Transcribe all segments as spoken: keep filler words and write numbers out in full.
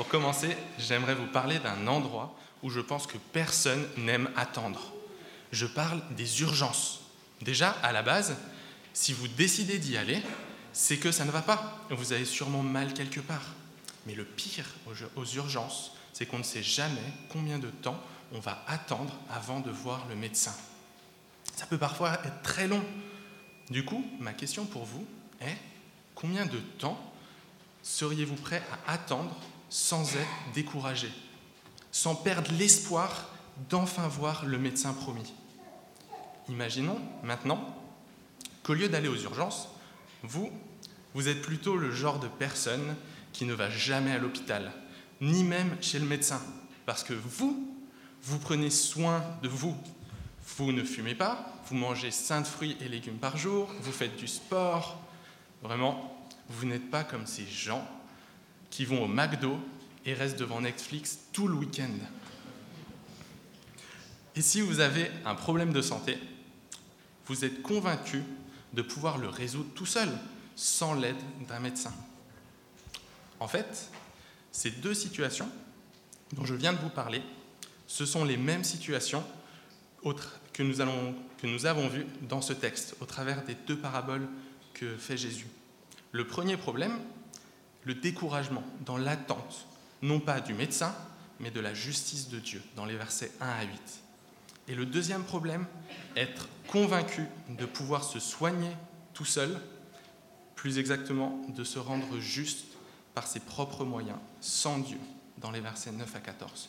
Pour commencer, j'aimerais vous parler d'un endroit où je pense que personne n'aime attendre. Je parle des urgences. Déjà, à la base, si vous décidez d'y aller, c'est que ça ne va pas. Vous avez sûrement mal quelque part. Mais le pire aux urgences, c'est qu'on ne sait jamais combien de temps on va attendre avant de voir le médecin. Ça peut parfois être très long. Du coup, ma question pour vous est, combien de temps seriez-vous prêt à attendre sans être découragé, sans perdre l'espoir d'enfin voir le médecin promis? Imaginons maintenant qu'au lieu d'aller aux urgences, vous, vous êtes plutôt le genre de personne qui ne va jamais à l'hôpital, ni même chez le médecin, parce que vous, vous prenez soin de vous. Vous ne fumez pas, vous mangez cinq fruits et légumes par jour, vous faites du sport. Vraiment, vous n'êtes pas comme ces gens qui vont au McDo et restent devant Netflix tout le week-end. Et si vous avez un problème de santé, vous êtes convaincu de pouvoir le résoudre tout seul, sans l'aide d'un médecin. En fait, ces deux situations dont je viens de vous parler, ce sont les mêmes situations que nous, allons, que nous avons vues dans ce texte, au travers des deux paraboles que fait Jésus. Le premier problème, le découragement dans l'attente, non pas du médecin, mais de la justice de Dieu, dans les versets un à huit. Et le deuxième problème, être convaincu de pouvoir se soigner tout seul, plus exactement de se rendre juste par ses propres moyens, sans Dieu, dans les versets neuf à quatorze.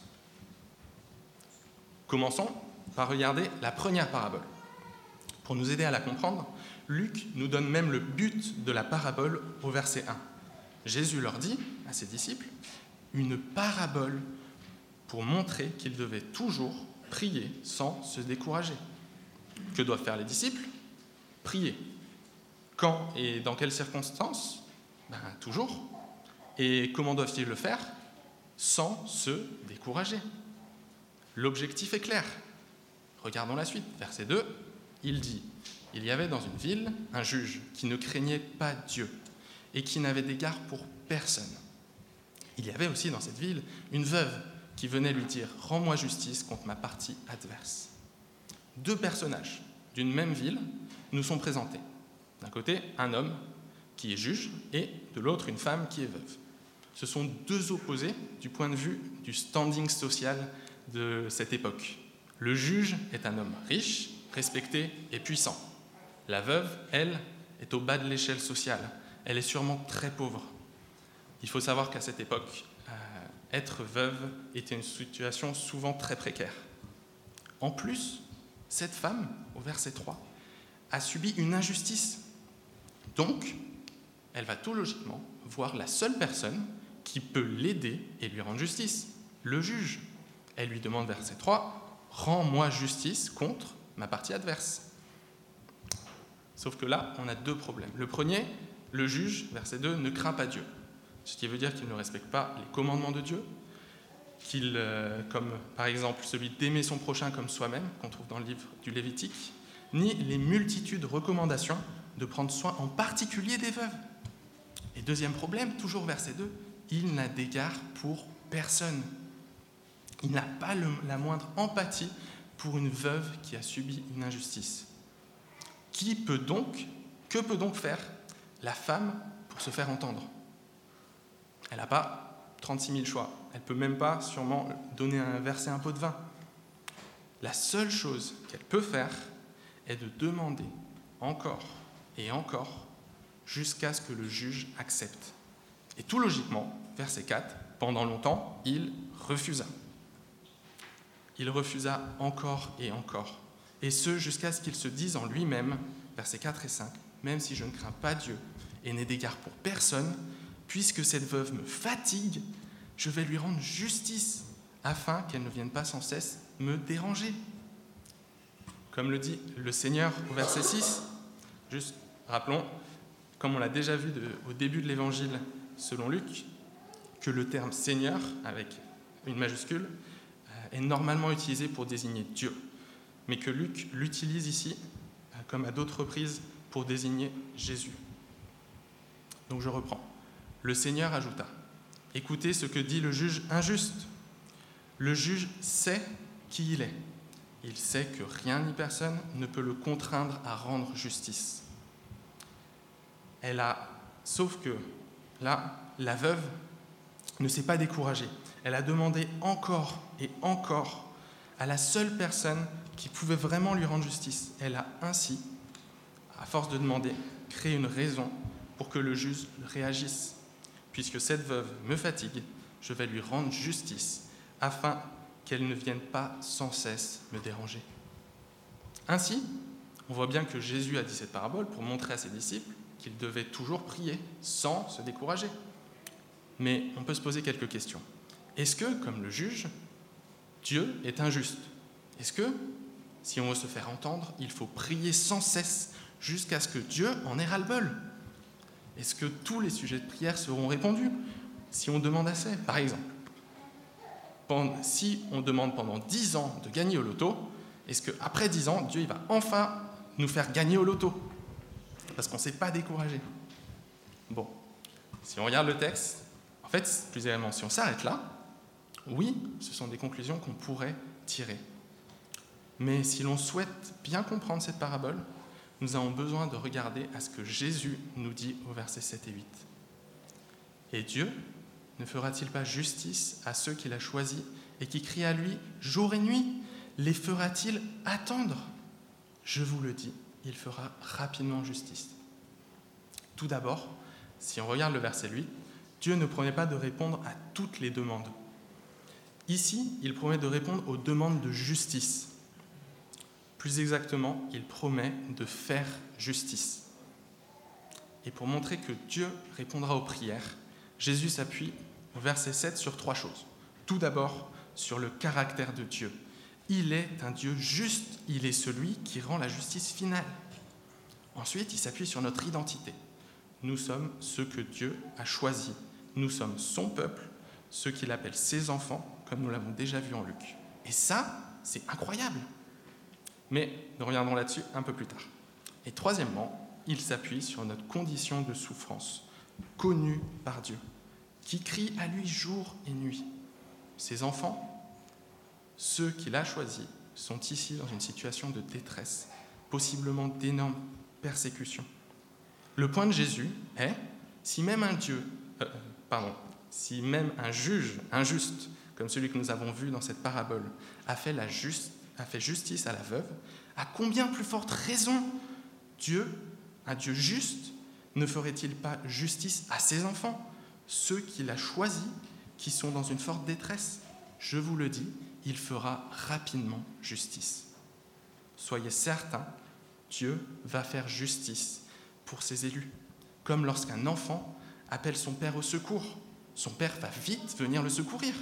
Commençons par regarder la première parabole. Pour nous aider à la comprendre, Luc nous donne même le but de la parabole au verset un. Jésus leur dit à ses disciples une parabole pour montrer qu'ils devaient toujours prier sans se décourager. Que doivent faire les disciples ? Prier. Quand et dans quelles circonstances ? Ben, toujours. Et comment doivent-ils le faire ? Sans se décourager. L'objectif est clair. Regardons la suite. Verset deux, il dit « Il y avait dans une ville un juge qui ne craignait pas Dieu et qui n'avait d'égard pour personne. Il y avait aussi dans cette ville une veuve qui venait lui dire « Rends-moi justice contre ma partie adverse ». Deux personnages d'une même ville nous sont présentés. D'un côté, un homme qui est juge et de l'autre, une femme qui est veuve. Ce sont deux opposés du point de vue du standing social de cette époque. Le juge est un homme riche, respecté et puissant. La veuve, elle, est au bas de l'échelle sociale. Elle est sûrement très pauvre. Il faut savoir qu'à cette époque, euh, être veuve était une situation souvent très précaire. En plus, cette femme, au verset trois, a subi une injustice. Donc, elle va tout logiquement voir la seule personne qui peut l'aider et lui rendre justice, le juge. Elle lui demande, verset trois, « Rends-moi justice contre ma partie adverse ». Sauf que là, on a deux problèmes. Le premier, le juge, verset deux, ne craint pas Dieu. Ce qui veut dire qu'il ne respecte pas les commandements de Dieu, qu'il, euh, comme par exemple celui d'aimer son prochain comme soi-même, qu'on trouve dans le livre du Lévitique, ni les multitudes de recommandations de prendre soin en particulier des veuves. Et deuxième problème, toujours verset deux, il n'a d'égard pour personne. Il n'a pas le, la moindre empathie pour une veuve qui a subi une injustice. Qui peut donc, que peut donc faire la femme pour se faire entendre ? Elle n'a pas trente-six mille choix. Elle ne peut même pas sûrement donner un verser un pot de vin. La seule chose qu'elle peut faire est de demander encore et encore jusqu'à ce que le juge accepte. Et tout logiquement, verset quatre, pendant longtemps, il refusa. Il refusa encore et encore, et ce jusqu'à ce qu'il se dise en lui-même, versets quatre et cinq, « Même si je ne crains pas Dieu et n'ai d'égard pour personne, puisque cette veuve me fatigue, je vais lui rendre justice, afin qu'elle ne vienne pas sans cesse me déranger. » Comme le dit le Seigneur au verset six, juste rappelons, comme on l'a déjà vu de, au début de l'Évangile selon Luc, que le terme « Seigneur » avec une majuscule est normalement utilisé pour désigner Dieu, mais que Luc l'utilise ici, comme à d'autres reprises, pour désigner Jésus. Donc je reprends. Le Seigneur ajouta, Écoutez ce que dit le juge injuste. Le juge sait qui il est. Il sait que rien ni personne ne peut le contraindre à rendre justice. Elle a, sauf que là, la veuve ne s'est pas découragée. Elle a demandé encore et encore à la seule personne qui pouvait vraiment lui rendre justice. Elle a ainsi, à force de demander, créé une raison pour que le juge réagisse. Puisque cette veuve me fatigue, je vais lui rendre justice afin qu'elle ne vienne pas sans cesse me déranger. Ainsi, on voit bien que Jésus a dit cette parabole pour montrer à ses disciples qu'ils devaient toujours prier sans se décourager. Mais on peut se poser quelques questions. Est-ce que, comme le juge, Dieu est injuste ? Est-ce que, si on veut se faire entendre, il faut prier sans cesse jusqu'à ce que Dieu en ait ras-le-bol ? Est-ce que tous les sujets de prière seront répondus si on demande assez ? Par exemple, si on demande pendant dix ans de gagner au loto, est-ce qu'après dix ans, Dieu il va enfin nous faire gagner au loto ? Parce qu'on ne s'est pas découragé. Bon, si on regarde le texte, en fait, plus également, si on s'arrête là, oui, ce sont des conclusions qu'on pourrait tirer. Mais si l'on souhaite bien comprendre cette parabole, nous avons besoin de regarder à ce que Jésus nous dit au versets sept et huit. Et Dieu ne fera-t-il pas justice à ceux qu'il a choisis et qui crient à lui jour et nuit ? Les fera-t-il attendre ? Je vous le dis, il fera rapidement justice. Tout d'abord, si on regarde le verset huit, Dieu ne promet pas de répondre à toutes les demandes. Ici, il promet de répondre aux demandes de justice. Plus exactement, il promet de faire justice. Et pour montrer que Dieu répondra aux prières, Jésus s'appuie au verset sept sur trois choses. Tout d'abord, sur le caractère de Dieu. Il est un Dieu juste, il est celui qui rend la justice finale. Ensuite, il s'appuie sur notre identité. Nous sommes ceux que Dieu a choisis. Nous sommes son peuple, ceux qu'il appelle ses enfants, comme nous l'avons déjà vu en Luc. Et ça, c'est incroyable. Mais nous reviendrons là-dessus un peu plus tard. Et troisièmement, il s'appuie sur notre condition de souffrance, connue par Dieu, qui crie à lui jour et nuit. Ses enfants, ceux qu'il a choisis, sont ici dans une situation de détresse, possiblement d'énormes persécutions. Le point de Jésus est, si même un Dieu, euh, pardon, si même un juge injuste, comme celui que nous avons vu dans cette parabole, a fait, la juste, a fait justice à la veuve, à combien plus forte raison Dieu, un Dieu juste, ne ferait-il pas justice à ses enfants, ceux qu'il a choisis, qui sont dans une forte détresse ? Je vous le dis, il fera rapidement justice. Soyez certains, Dieu va faire justice pour ses élus, comme lorsqu'un enfant appelle son père au secours. Son père va vite venir le secourir.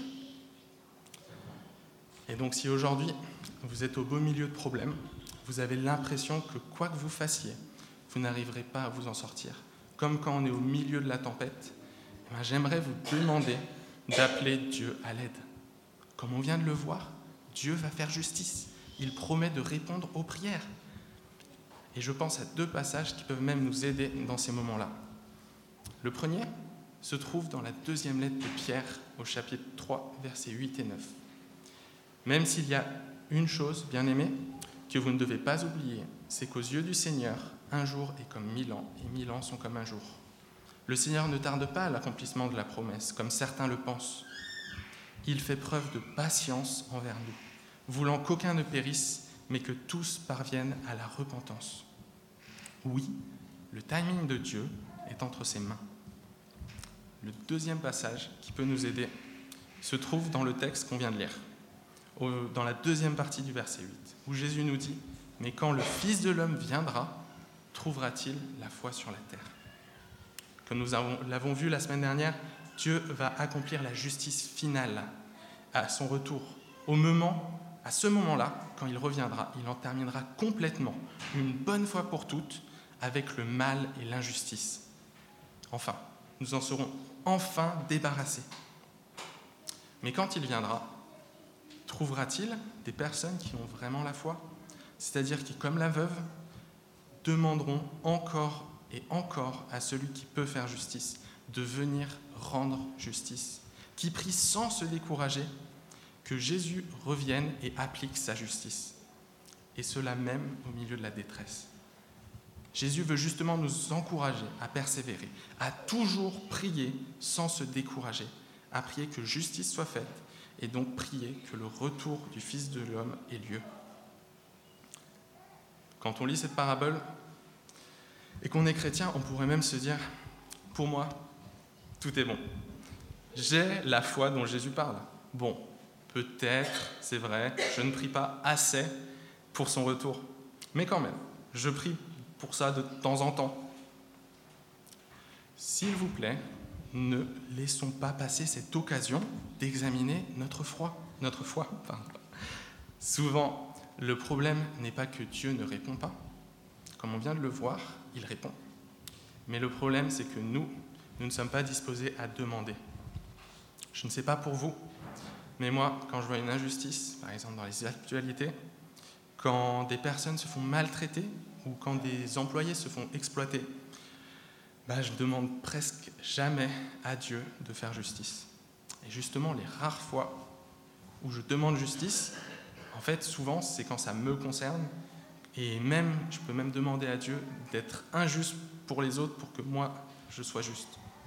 Et donc si aujourd'hui vous êtes au beau milieu de problèmes, vous avez l'impression que quoi que vous fassiez, vous n'arriverez pas à vous en sortir, comme quand on est au milieu de la tempête, eh bien, j'aimerais vous demander d'appeler Dieu à l'aide. Comme on vient de le voir, Dieu va faire justice. Il promet de répondre aux prières. Et je pense à deux passages qui peuvent même nous aider dans ces moments-là. Le premier se trouve dans la deuxième lettre de Pierre, au chapitre trois, versets huit et neuf. Même s'il y a une chose, bien-aimés, que vous ne devez pas oublier, c'est qu'aux yeux du Seigneur, un jour est comme mille ans, et mille ans sont comme un jour. Le Seigneur ne tarde pas à l'accomplissement de la promesse, comme certains le pensent. Il fait preuve de patience envers nous, voulant qu'aucun ne périsse, mais que tous parviennent à la repentance. Oui, le timing de Dieu est entre ses mains. Le deuxième passage qui peut nous aider se trouve dans le texte qu'on vient de lire, dans la deuxième partie du verset huit, où Jésus nous dit « Mais quand le Fils de l'homme viendra, trouvera-t-il la foi sur la terre ?» Comme nous avons, l'avons vu la semaine dernière, Dieu va accomplir la justice finale à son retour. Au moment, à ce moment-là, quand il reviendra, il en terminera complètement, une bonne fois pour toutes, avec le mal et l'injustice. Enfin, nous en serons enfin débarrassés. Mais quand il viendra, trouvera-t-il des personnes qui ont vraiment la foi ? C'est-à-dire qui, comme la veuve, demanderont encore et encore à celui qui peut faire justice de venir rendre justice. qui prie sans se décourager que Jésus revienne et applique sa justice. Et cela même au milieu de la détresse. Jésus veut justement nous encourager à persévérer, à toujours prier sans se décourager, à prier que justice soit faite et donc prier que le retour du Fils de l'homme ait lieu. Quand on lit cette parabole et qu'on est chrétien, on pourrait même se dire « Pour moi, tout est bon. J'ai la foi dont Jésus parle. Bon, peut-être, c'est vrai, je ne prie pas assez pour son retour. Mais quand même, je prie pour ça de temps en temps. S'il vous plaît, ne laissons pas passer cette occasion d'examiner notre foi. Notre foi pardon. Souvent, le problème n'est pas que Dieu ne répond pas. Comme on vient de le voir, il répond. Mais le problème, c'est que nous, nous ne sommes pas disposés à demander. Je ne sais pas pour vous, mais moi, quand je vois une injustice, par exemple dans les actualités, quand des personnes se font maltraiter ou quand des employés se font exploiter, bah, je ne demande presque jamais à Dieu de faire justice. Et justement, les rares fois où je demande justice, en fait, souvent, c'est quand ça me concerne. Et même, je peux même demander à Dieu d'être injuste pour les autres pour que moi, je sois juste.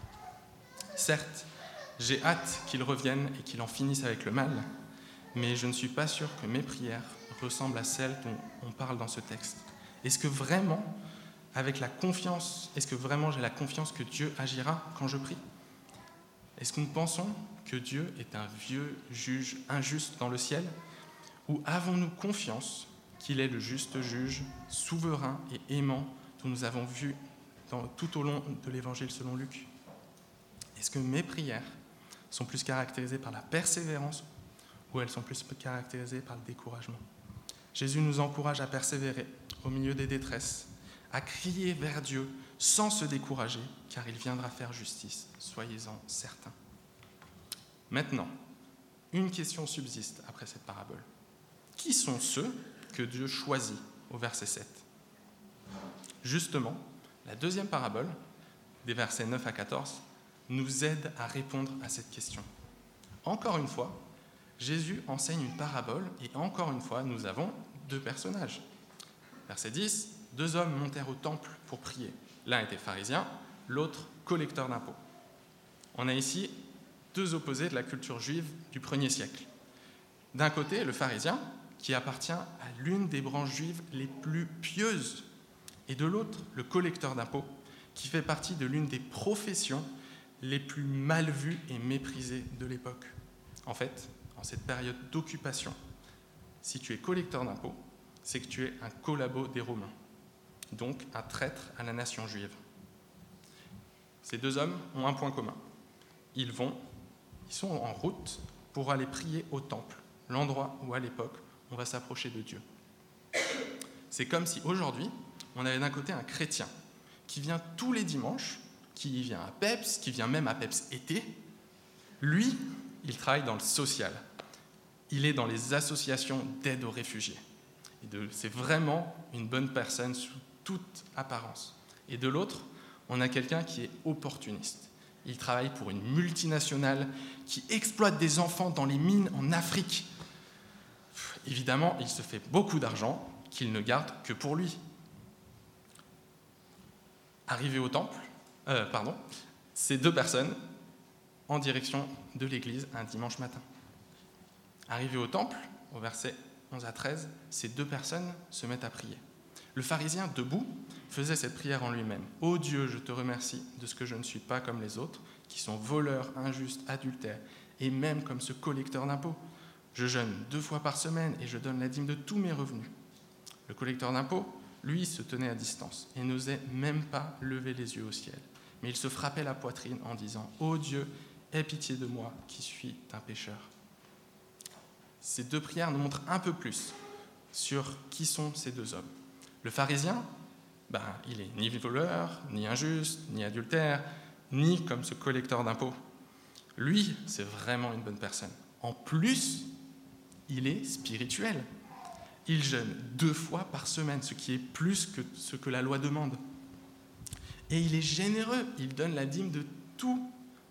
Certes, j'ai hâte qu'il revienne et qu'il en finisse avec le mal, mais je ne suis pas sûr que mes prières ressemblent à celles dont on parle dans ce texte. Est-ce que vraiment, avec la confiance, est-ce que vraiment j'ai la confiance que Dieu agira quand je prie ? Est-ce que nous pensons que Dieu est un vieux juge injuste dans le ciel ? Ou avons-nous confiance qu'il est le juste juge, souverain et aimant dont nous avons vu dans, tout au long de l'Évangile selon Luc ? Est-ce que mes prières sont plus caractérisées par la persévérance ou elles sont plus caractérisées par le découragement ? Jésus nous encourage à persévérer au milieu des détresses, à crier vers Dieu sans se décourager, car il viendra faire justice, soyez-en certains. Maintenant, une question subsiste après cette parabole. Qui sont ceux que Dieu choisit au verset sept ? Justement, la deuxième parabole, des versets neuf à quatorze, nous aide à répondre à cette question. Encore une fois, Jésus enseigne une parabole et encore une fois, nous avons deux personnages. Verset dix, deux hommes montèrent au temple pour prier. L'un était pharisien, l'autre collecteur d'impôts. On a ici deux opposés de la culture juive du premier siècle. D'un côté, le pharisien, qui appartient à l'une des branches juives les plus pieuses, et de l'autre, le collecteur d'impôts, qui fait partie de l'une des professions les plus mal vues et méprisées de l'époque. En fait, en cette période d'occupation, si tu es collecteur d'impôts, c'est que tu es un collabo des Romains, donc un traître à la nation juive. Ces deux hommes ont un point commun. Ils vont, ils sont en route pour aller prier au temple, l'endroit où à l'époque on va s'approcher de Dieu. C'est comme si aujourd'hui, on avait d'un côté un chrétien qui vient tous les dimanches, qui vient à Peps, qui vient même à Peps été. Lui, il travaille dans le social. Il est dans les associations d'aide aux réfugiés. Et de, c'est vraiment une bonne personne sous toute apparence. Et de l'autre, on a quelqu'un qui est opportuniste. Il travaille pour une multinationale qui exploite des enfants dans les mines en Afrique. Pff, évidemment, il se fait beaucoup d'argent qu'il ne garde que pour lui. Arrivé au temple, euh, pardon, ces deux personnes en direction de l'église un dimanche matin. Arrivé au temple, au verset onze à treize, ces deux personnes se mettent à prier. Le pharisien, debout, faisait cette prière en lui-même. « Ô Dieu, je te remercie de ce que je ne suis pas comme les autres, qui sont voleurs, injustes, adultères, et même comme ce collecteur d'impôts. Je jeûne deux fois par semaine et je donne la dîme de tous mes revenus. » Le collecteur d'impôts, lui, se tenait à distance et n'osait même pas lever les yeux au ciel. Mais il se frappait la poitrine en disant « Ô Dieu, aie pitié de moi qui suis un pécheur. » Ces deux prières nous montrent un peu plus sur qui sont ces deux hommes. Le pharisien, ben, il est ni voleur, ni injuste, ni adultère, ni comme ce collecteur d'impôts. Lui, c'est vraiment une bonne personne. En plus, il est spirituel. Il jeûne deux fois par semaine, ce qui est plus que ce que la loi demande. Et il est généreux, il donne la dîme de tous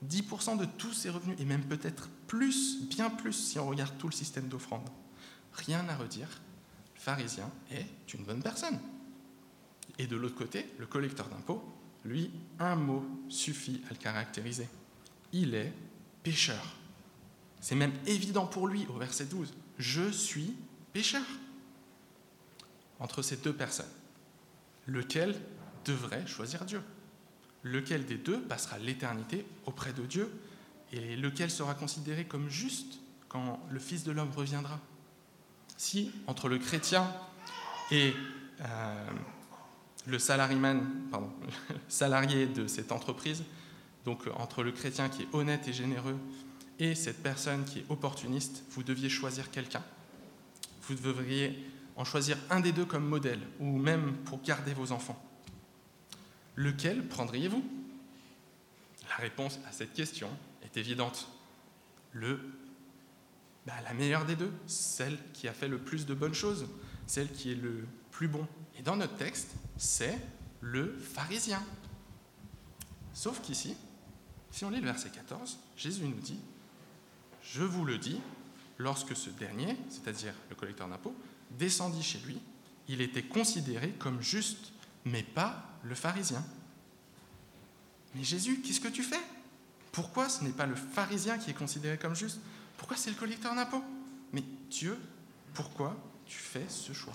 dix pour cent de tous ses revenus, et même peut-être plus, bien plus, si on regarde tout le système d'offrande. Rien à redire, le pharisien est une bonne personne. Et de l'autre côté, le collecteur d'impôts, lui, un mot suffit à le caractériser. Il est pécheur. C'est même évident pour lui au verset douze. Je suis pécheur. Entre ces deux personnes, lequel devrait choisir Dieu? Lequel des deux passera l'éternité auprès de Dieu? Et lequel sera considéré comme juste quand le Fils de l'homme reviendra? Si, entre le chrétien et euh, le salariman, pardon, salarié de cette entreprise, donc entre le chrétien qui est honnête et généreux et cette personne qui est opportuniste, vous deviez choisir quelqu'un. Vous devriez en choisir un des deux comme modèle, ou même pour garder vos enfants. Lequel prendriez-vous? La réponse à cette question est évidente. Le, bah, la meilleure des deux, celle qui a fait le plus de bonnes choses, celle qui est le plus bon. Et dans notre texte, c'est le pharisien. Sauf qu'ici, si on lit le verset quatorze, Jésus nous dit « Je vous le dis, lorsque ce dernier, c'est-à-dire le collecteur d'impôts, descendit chez lui, il était considéré comme juste, mais pas le pharisien. » Mais Jésus, qu'est-ce que tu fais? Pourquoi ce n'est pas le pharisien qui est considéré comme juste? Pourquoi c'est le collecteur d'impôts? Mais Dieu, pourquoi tu fais ce choix?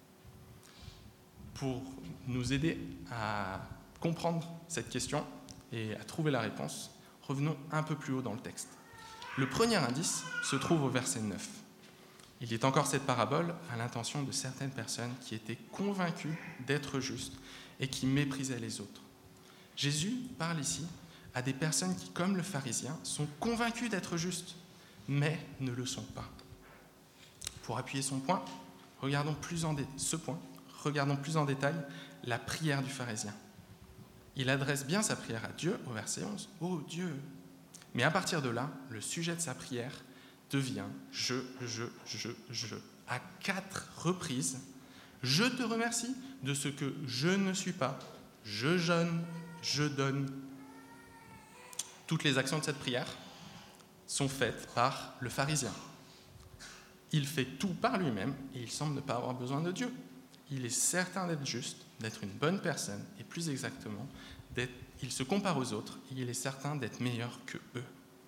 Pour nous aider à comprendre cette question et à trouver la réponse, revenons un peu plus haut dans le texte. Le premier indice se trouve au verset neuf. Il est encore cette parabole à l'intention de certaines personnes qui étaient convaincues d'être justes et qui méprisaient les autres. Jésus parle ici à des personnes qui, comme le pharisien, sont convaincues d'être justes, mais ne le sont pas. Pour appuyer son point, regardons plus en dé- ce point, regardons plus en détail la prière du pharisien. Il adresse bien sa prière à Dieu au verset onze. « Oh Dieu !» Mais à partir de là, le sujet de sa prière devient « je, je, je, je ». À quatre reprises, « Je te remercie de ce que je ne suis pas. Je jeûne, je donne. » Toutes les actions de cette prière sont faites par le pharisien. Il fait tout par lui-même et il semble ne pas avoir besoin de Dieu. Il est certain d'être juste, d'être une bonne personne et plus exactement, d'être, il se compare aux autres et il est certain d'être meilleur que eux.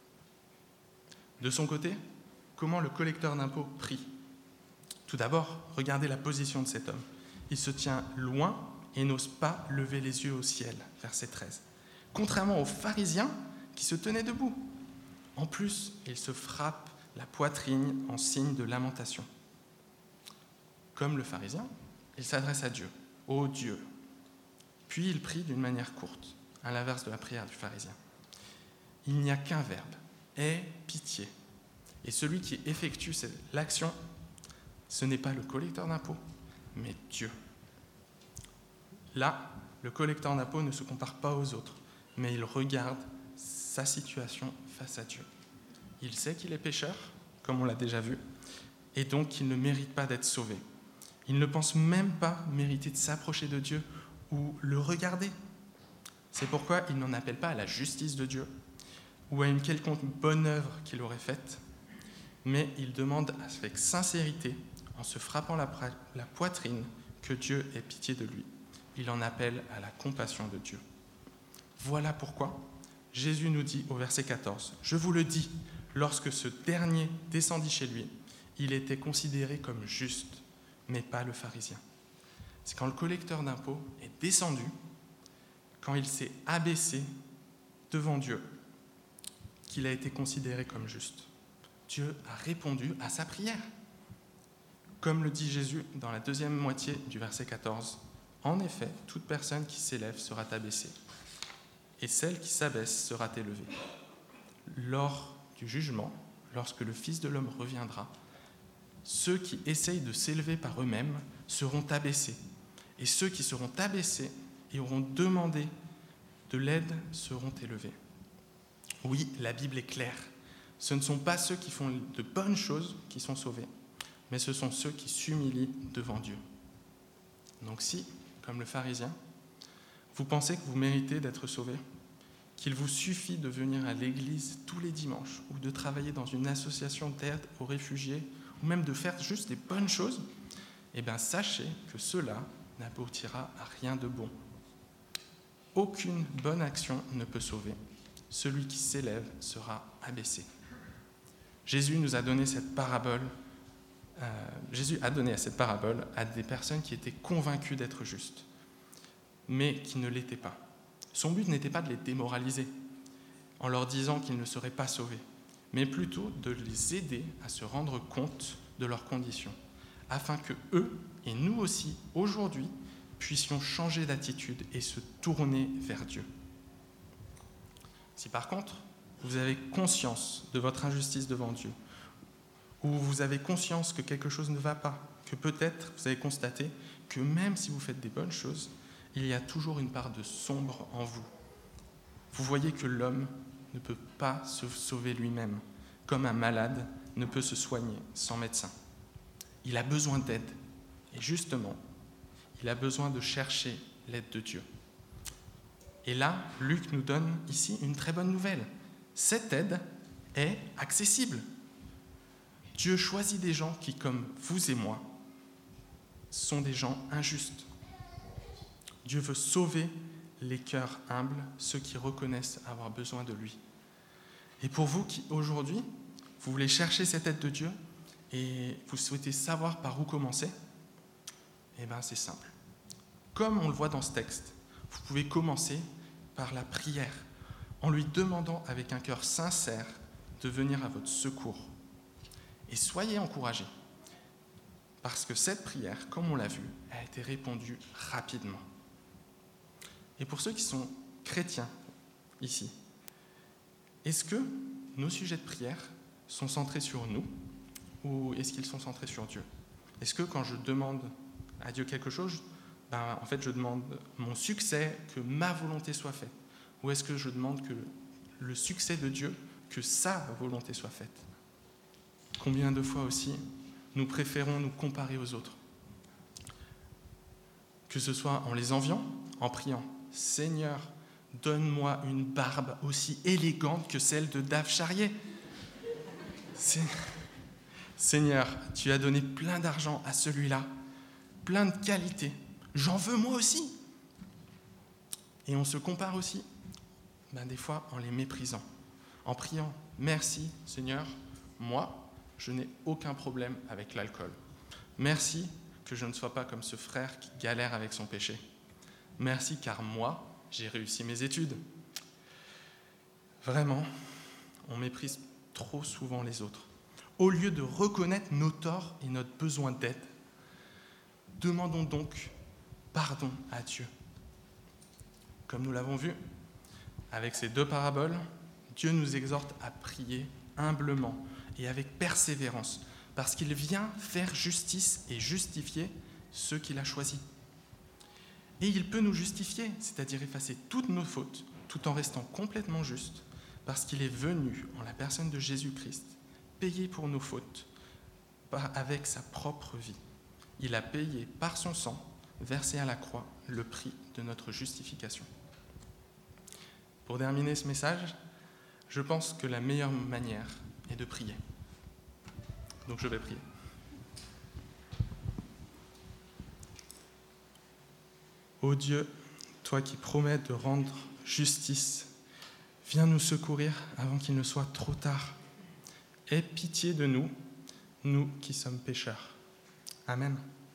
De son côté, comment le collecteur d'impôts prie? Tout d'abord, regardez la position de cet homme. Il se tient loin et n'ose pas lever les yeux au ciel, verset treize. Contrairement aux pharisiens qui se tenaient debout. En plus, il se frappe la poitrine en signe de lamentation. Comme le pharisien, il s'adresse à Dieu. « Ô Dieu !» Puis il prie d'une manière courte, à l'inverse de la prière du pharisien. Il n'y a qu'un verbe, « aie pitié ». Et celui qui effectue l'action, ce n'est pas le collecteur d'impôts, mais Dieu. Là, le collecteur d'impôts ne se compare pas aux autres, mais il regarde sa situation face à Dieu. Il sait qu'il est pécheur, comme on l'a déjà vu, et donc qu'il ne mérite pas d'être sauvé. Il ne pense même pas mériter de s'approcher de Dieu ou le regarder. C'est pourquoi il n'en appelle pas à la justice de Dieu ou à une quelconque bonne œuvre qu'il aurait faite, mais il demande avec sincérité, en se frappant la, la poitrine, que Dieu ait pitié de lui. Il en appelle à la compassion de Dieu. Voilà pourquoi Jésus nous dit au verset quatorze, « Je vous le dis, lorsque ce dernier descendit chez lui, il était considéré comme juste, mais pas le pharisien. » C'est quand le collecteur d'impôts est descendu, quand il s'est abaissé devant Dieu, qu'il a été considéré comme juste. Dieu a répondu à sa prière. Comme le dit Jésus dans la deuxième moitié du verset quatorze, « En effet, toute personne qui s'élève sera abaissée, et celle qui s'abaisse sera élevée. Lors du jugement, lorsque le Fils de l'homme reviendra, ceux qui essayent de s'élever par eux-mêmes seront abaissés, et ceux qui seront abaissés et auront demandé de l'aide seront élevés. » Oui, la Bible est claire. Ce ne sont pas ceux qui font de bonnes choses qui sont sauvés, mais ce sont ceux qui s'humilient devant Dieu. Donc si, comme le pharisien, vous pensez que vous méritez d'être sauvé, qu'il vous suffit de venir à l'église tous les dimanches ou de travailler dans une association d'aide aux réfugiés ou même de faire juste des bonnes choses, eh bien sachez que cela n'aboutira à rien de bon. Aucune bonne action ne peut sauver. Celui qui s'élève sera abaissé. Jésus nous a donné cette parabole. Euh, Jésus a donné à cette parabole à des personnes qui étaient convaincues d'être justes, mais qui ne l'étaient pas. Son but n'était pas de les démoraliser en leur disant qu'ils ne seraient pas sauvés, mais plutôt de les aider à se rendre compte de leurs conditions, afin que eux, et nous aussi, aujourd'hui, puissions changer d'attitude et se tourner vers Dieu. Si par contre, vous avez conscience de votre injustice devant Dieu, ou vous avez conscience que quelque chose ne va pas, que peut-être vous avez constaté que même si vous faites des bonnes choses, il y a toujours une part de sombre en vous. Vous voyez que l'homme ne peut pas se sauver lui-même, comme un malade ne peut se soigner sans médecin. Il a besoin d'aide, et justement, il a besoin de chercher l'aide de Dieu. Et là, Luc nous donne ici une très bonne nouvelle. Cette aide est accessible. Dieu choisit des gens qui, comme vous et moi, sont des gens injustes. Dieu veut sauver les cœurs humbles, ceux qui reconnaissent avoir besoin de lui. Et pour vous qui, aujourd'hui, vous voulez chercher cette aide de Dieu et vous souhaitez savoir par où commencer, eh bien c'est simple. Comme on le voit dans ce texte, vous pouvez commencer par la prière, en lui demandant avec un cœur sincère de venir à votre secours. Et soyez encouragés, parce que cette prière, comme on l'a vu, a été répondue rapidement. Et pour ceux qui sont chrétiens ici, est-ce que nos sujets de prière sont centrés sur nous ou est-ce qu'ils sont centrés sur Dieu ? Est-ce que quand je demande à Dieu quelque chose, ben, en fait je demande mon succès, que ma volonté soit faite ? Ou est-ce que je demande que le succès de Dieu, que sa volonté soit faite ? Combien de fois aussi nous préférons nous comparer aux autres ? Que ce soit en les enviant, en priant « Seigneur, donne-moi une barbe aussi élégante que celle de Dave Charrier. » Seigneur, tu as donné plein d'argent à celui-là, plein de qualités. J'en veux moi aussi. Et on se compare aussi, ben des fois en les méprisant, en priant « Merci Seigneur, moi, je n'ai aucun problème avec l'alcool. Merci que je ne sois pas comme ce frère qui galère avec son péché. Merci car moi, j'ai réussi mes études. » Vraiment, on méprise trop souvent les autres. Au lieu de reconnaître nos torts et notre besoin d'aide, demandons donc pardon à Dieu. Comme nous l'avons vu, avec ces deux paraboles, Dieu nous exhorte à prier humblement et avec persévérance, parce qu'il vient faire justice et justifier ceux qu'il a choisis. Et il peut nous justifier, c'est-à-dire effacer toutes nos fautes, tout en restant complètement juste, parce qu'il est venu, en la personne de Jésus-Christ, payer pour nos fautes avec sa propre vie. Il a payé par son sang, versé à la croix, le prix de notre justification. Pour terminer ce message, je pense que la meilleure manière est de prier. Donc je vais prier. Ô Dieu, toi qui promets de rendre justice, viens nous secourir avant qu'il ne soit trop tard. Aie pitié de nous, nous qui sommes pécheurs. Amen.